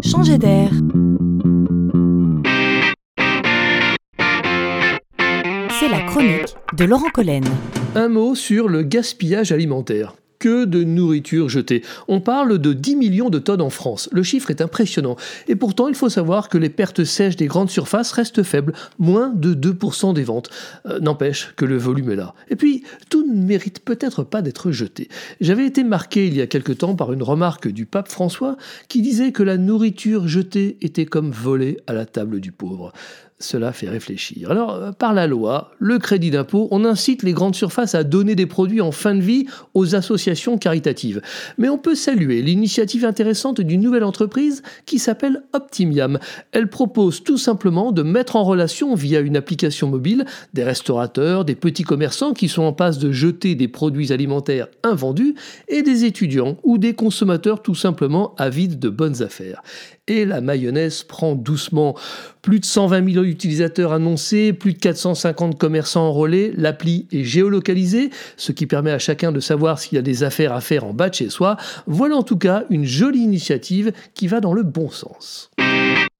Changer d'air. C'est la chronique de Laurent Collen. Un mot sur le gaspillage alimentaire. Que de nourriture jetée. On parle de 10 millions de tonnes en France. Le chiffre est impressionnant. Et pourtant, il faut savoir que les pertes sèches des grandes surfaces restent faibles, moins de 2% des ventes. N'empêche que le volume est là. Et puis, tout ne mérite peut-être pas d'être jeté. J'avais été marqué il y a quelque temps par une remarque du pape François qui disait que la nourriture jetée était comme voler à la table du pauvre. Cela fait réfléchir. Alors, par la loi, le crédit d'impôt, on incite les grandes surfaces à donner des produits en fin de vie aux associations caritatives. Mais on peut saluer l'initiative intéressante d'une nouvelle entreprise qui s'appelle Optimiam. Elle propose tout simplement de mettre en relation via une application mobile des restaurateurs, des petits commerçants qui sont en passe de jeter des produits alimentaires invendus et des étudiants ou des consommateurs tout simplement avides de bonnes affaires. Et la mayonnaise prend doucement. Plus de 120 000 utilisateurs annoncés, plus de 450 commerçants enrôlés, l'appli est géolocalisée, ce qui permet à chacun de savoir s'il y a des affaires à faire en bas de chez soi. Voilà en tout cas une jolie initiative qui va dans le bon sens.